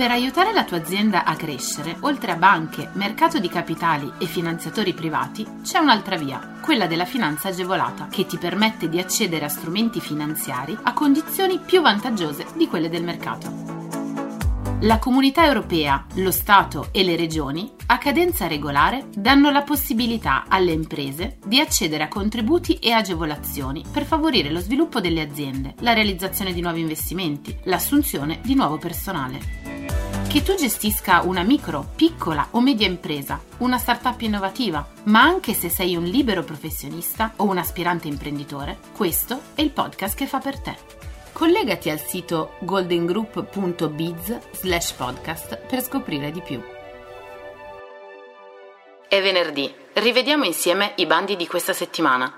Per aiutare la tua azienda a crescere, oltre a banche, mercato di capitali e finanziatori privati, c'è un'altra via, quella della finanza agevolata, che ti permette di accedere a strumenti finanziari a condizioni più vantaggiose di quelle del mercato. La Comunità Europea, lo Stato e le regioni, a cadenza regolare, danno la possibilità alle imprese di accedere a contributi e agevolazioni per favorire lo sviluppo delle aziende, la realizzazione di nuovi investimenti, l'assunzione di nuovo personale. Che tu gestisca una micro, piccola o media impresa, una startup innovativa, ma anche se sei un libero professionista o un aspirante imprenditore, questo è il podcast che fa per te. Collegati al sito goldengroup.biz/podcast per scoprire di più. È venerdì, rivediamo insieme i bandi di questa settimana.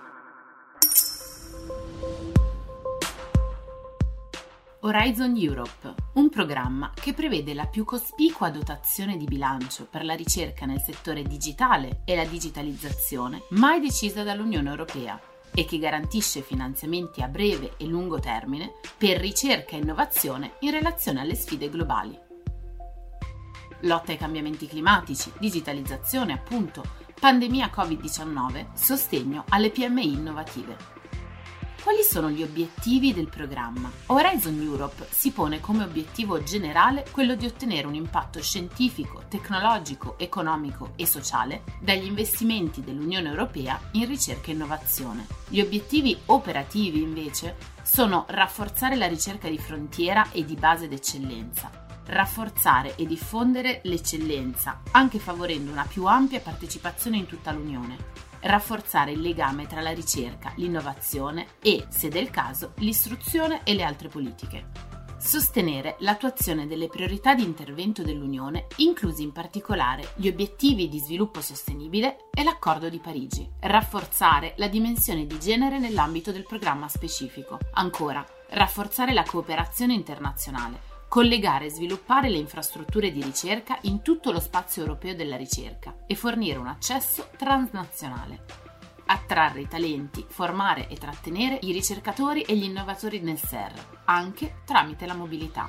Horizon Europe, un programma che prevede la più cospicua dotazione di bilancio per la ricerca nel settore digitale e la digitalizzazione mai decisa dall'Unione Europea e che garantisce finanziamenti a breve e lungo termine per ricerca e innovazione in relazione alle sfide globali. Lotta ai cambiamenti climatici, digitalizzazione appunto, pandemia Covid-19, sostegno alle PMI innovative. Quali sono gli obiettivi del programma? Horizon Europe si pone come obiettivo generale quello di ottenere un impatto scientifico, tecnologico, economico e sociale dagli investimenti dell'Unione Europea in ricerca e innovazione. Gli obiettivi operativi, invece, sono rafforzare la ricerca di frontiera e di base d'eccellenza, rafforzare e diffondere l'eccellenza, anche favorendo una più ampia partecipazione in tutta l'Unione, rafforzare il legame tra la ricerca, l'innovazione e, se del caso, l'istruzione e le altre politiche. Sostenere l'attuazione delle priorità di intervento dell'Unione, inclusi in particolare gli obiettivi di sviluppo sostenibile e l'Accordo di Parigi. Rafforzare la dimensione di genere nell'ambito del programma specifico. Ancora, rafforzare la cooperazione internazionale. Collegare e sviluppare le infrastrutture di ricerca in tutto lo spazio europeo della ricerca e fornire un accesso transnazionale. Attrarre i talenti, formare e trattenere i ricercatori e gli innovatori nel SER, anche tramite la mobilità.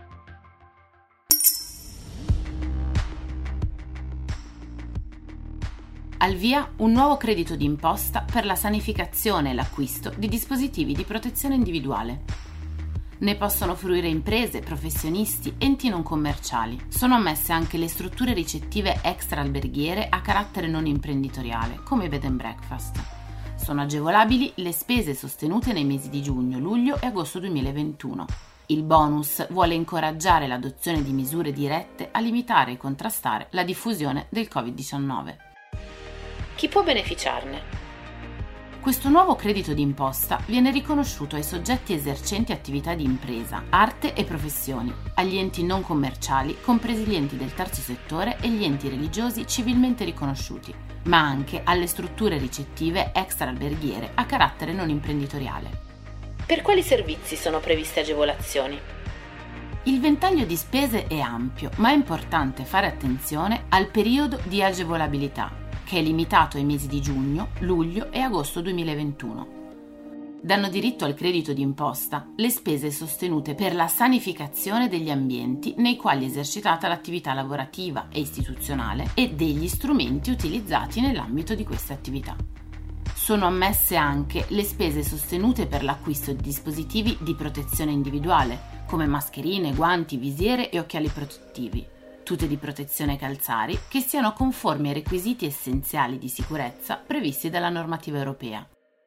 Al via un nuovo credito d'imposta per la sanificazione e l'acquisto di dispositivi di protezione individuale. Ne possono fruire imprese, professionisti, enti non commerciali. Sono ammesse anche le strutture ricettive extra-alberghiere a carattere non imprenditoriale, come bed and breakfast. Sono agevolabili le spese sostenute nei mesi di giugno, luglio e agosto 2021. Il bonus vuole incoraggiare l'adozione di misure dirette a limitare e contrastare la diffusione del Covid-19. Chi può beneficiarne? Questo nuovo credito d'imposta viene riconosciuto ai soggetti esercenti attività di impresa, arte e professioni, agli enti non commerciali, compresi gli enti del terzo settore e gli enti religiosi civilmente riconosciuti, ma anche alle strutture ricettive extra-alberghiere a carattere non imprenditoriale. Per quali servizi sono previste agevolazioni? Il ventaglio di spese è ampio, ma è importante fare attenzione al periodo di agevolabilità, che è limitato ai mesi di giugno, luglio e agosto 2021. Danno diritto al credito d'imposta le spese sostenute per la sanificazione degli ambienti nei quali è esercitata l'attività lavorativa e istituzionale e degli strumenti utilizzati nell'ambito di queste attività. Sono ammesse anche le spese sostenute per l'acquisto di dispositivi di protezione individuale, come mascherine, guanti, visiere e occhiali protettivi, tute di protezione calzari che siano conformi ai requisiti essenziali di sicurezza previsti dalla normativa europea.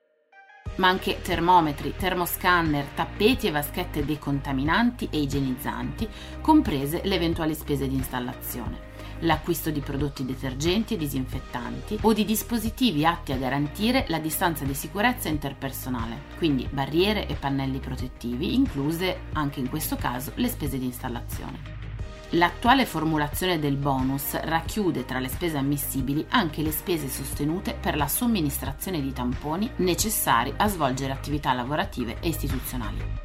Ma anche termometri, termoscanner, tappeti e vaschette decontaminanti e igienizzanti, comprese le eventuali spese di installazione, l'acquisto di prodotti detergenti e disinfettanti o di dispositivi atti a garantire la distanza di sicurezza interpersonale, quindi barriere e pannelli protettivi, incluse anche in questo caso le spese di installazione. L'attuale formulazione del bonus racchiude tra le spese ammissibili anche le spese sostenute per la somministrazione di tamponi necessari a svolgere attività lavorative e istituzionali.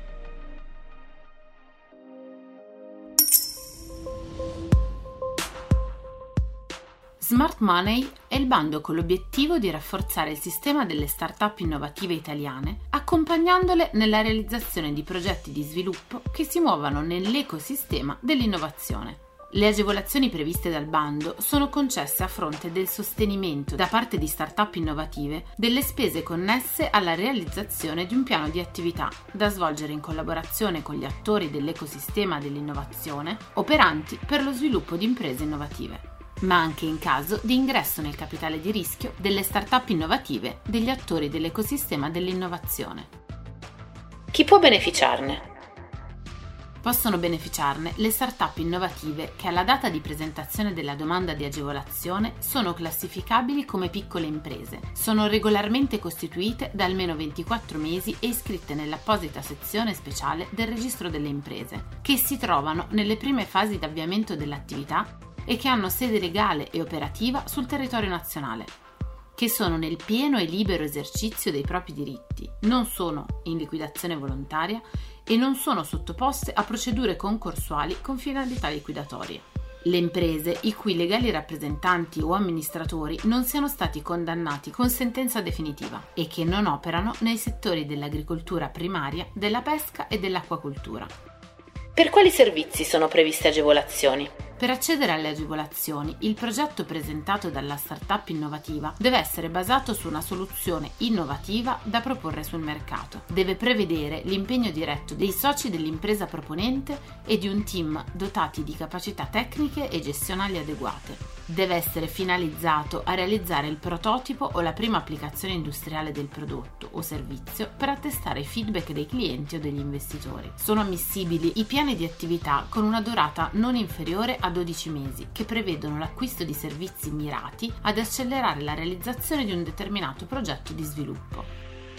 Smart Money è il bando con l'obiettivo di rafforzare il sistema delle start-up innovative italiane, accompagnandole nella realizzazione di progetti di sviluppo che si muovano nell'ecosistema dell'innovazione. Le agevolazioni previste dal bando sono concesse a fronte del sostenimento da parte di start-up innovative delle spese connesse alla realizzazione di un piano di attività da svolgere in collaborazione con gli attori dell'ecosistema dell'innovazione operanti per lo sviluppo di imprese innovative, ma anche in caso di ingresso nel capitale di rischio delle start-up innovative degli attori dell'ecosistema dell'innovazione. Chi può beneficiarne? Possono beneficiarne le start-up innovative che alla data di presentazione della domanda di agevolazione sono classificabili come piccole imprese, sono regolarmente costituite da almeno 24 mesi e iscritte nell'apposita sezione speciale del registro delle imprese, che si trovano nelle prime fasi di avviamento dell'attività e che hanno sede legale e operativa sul territorio nazionale, che sono nel pieno e libero esercizio dei propri diritti, non sono in liquidazione volontaria e non sono sottoposte a procedure concorsuali con finalità liquidatorie. Le imprese i cui legali rappresentanti o amministratori non siano stati condannati con sentenza definitiva e che non operano nei settori dell'agricoltura primaria, della pesca e dell'acquacoltura. Per quali servizi sono previste agevolazioni? Per accedere alle agevolazioni, il progetto presentato dalla startup innovativa deve essere basato su una soluzione innovativa da proporre sul mercato. Deve prevedere l'impegno diretto dei soci dell'impresa proponente e di un team dotati di capacità tecniche e gestionali adeguate. Deve essere finalizzato a realizzare il prototipo o la prima applicazione industriale del prodotto o servizio per attestare i feedback dei clienti o degli investitori. Sono ammissibili i piani di attività con una durata non inferiore a 12 mesi, che prevedono l'acquisto di servizi mirati ad accelerare la realizzazione di un determinato progetto di sviluppo.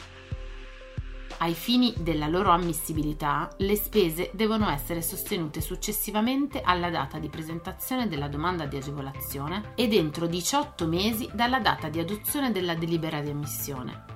Ai fini della loro ammissibilità, le spese devono essere sostenute successivamente alla data di presentazione della domanda di agevolazione e entro 18 mesi dalla data di adozione della delibera di ammissione.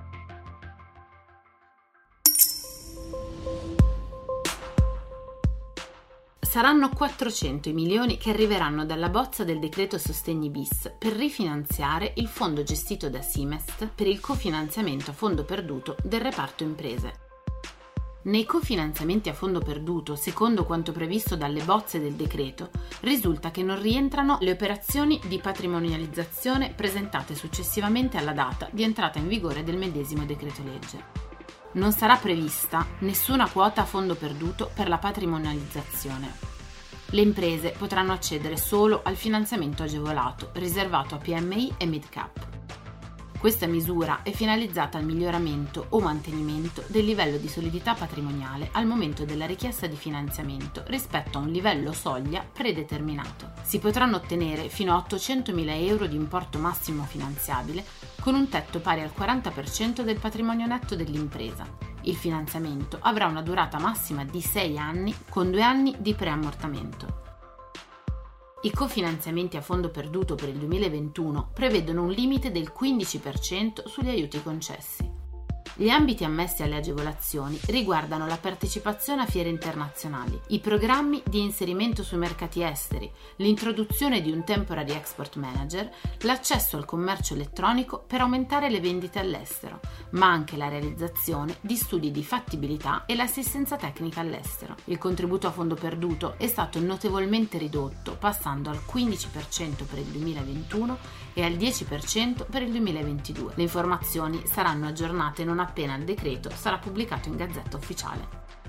Saranno 400 i milioni che arriveranno dalla bozza del decreto Sostegni bis per rifinanziare il fondo gestito da Simest per il cofinanziamento a fondo perduto del reparto imprese. Nei cofinanziamenti a fondo perduto, secondo quanto previsto dalle bozze del decreto, risulta che non rientrano le operazioni di patrimonializzazione presentate successivamente alla data di entrata in vigore del medesimo decreto legge. Non sarà prevista nessuna quota a fondo perduto per la patrimonializzazione. Le imprese potranno accedere solo al finanziamento agevolato, riservato a PMI e mid-cap. Questa misura è finalizzata al miglioramento o mantenimento del livello di solidità patrimoniale al momento della richiesta di finanziamento rispetto a un livello soglia predeterminato. Si potranno ottenere fino a 800.000 euro di importo massimo finanziabile con un tetto pari al 40% del patrimonio netto dell'impresa. Il finanziamento avrà una durata massima di 6 anni con 2 anni di preammortamento. I cofinanziamenti a fondo perduto per il 2021 prevedono un limite del 15% sugli aiuti concessi. Gli ambiti ammessi alle agevolazioni riguardano la partecipazione a fiere internazionali, i programmi di inserimento sui mercati esteri, l'introduzione di un temporary export manager, l'accesso al commercio elettronico per aumentare le vendite all'estero, ma anche la realizzazione di studi di fattibilità e l'assistenza tecnica all'estero. Il contributo a fondo perduto è stato notevolmente ridotto, passando al 15% per il 2021 e al 10% per il 2022. Le informazioni saranno aggiornate non appena il decreto sarà pubblicato in Gazzetta Ufficiale.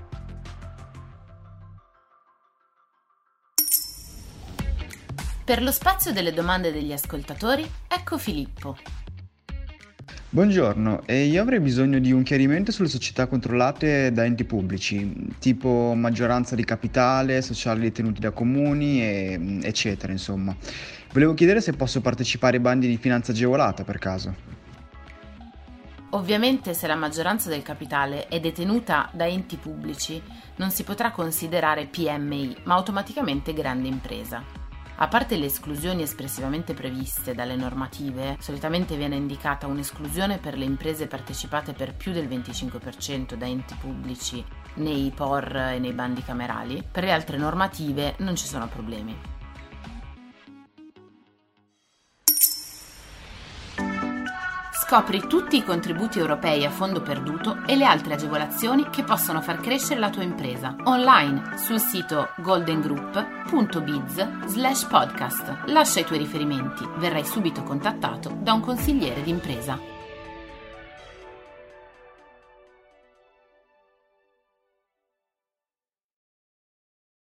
Per lo spazio delle domande degli ascoltatori, ecco Filippo. Buongiorno, io avrei bisogno di un chiarimento sulle società controllate da enti pubblici, tipo maggioranza di capitale, sociali detenuti da comuni, eccetera, insomma. Volevo chiedere se posso partecipare ai bandi di finanza agevolata, per caso. Ovviamente, se la maggioranza del capitale è detenuta da enti pubblici, non si potrà considerare PMI, ma automaticamente grande impresa. A parte le esclusioni espressivamente previste dalle normative, solitamente viene indicata un'esclusione per le imprese partecipate per più del 25% da enti pubblici nei POR e nei bandi camerali. Per le altre normative non ci sono problemi. Scopri tutti i contributi europei a fondo perduto e le altre agevolazioni che possono far crescere la tua impresa online sul sito goldengroup.biz/podcast. Lascia i tuoi riferimenti, verrai subito contattato da un consigliere d'impresa.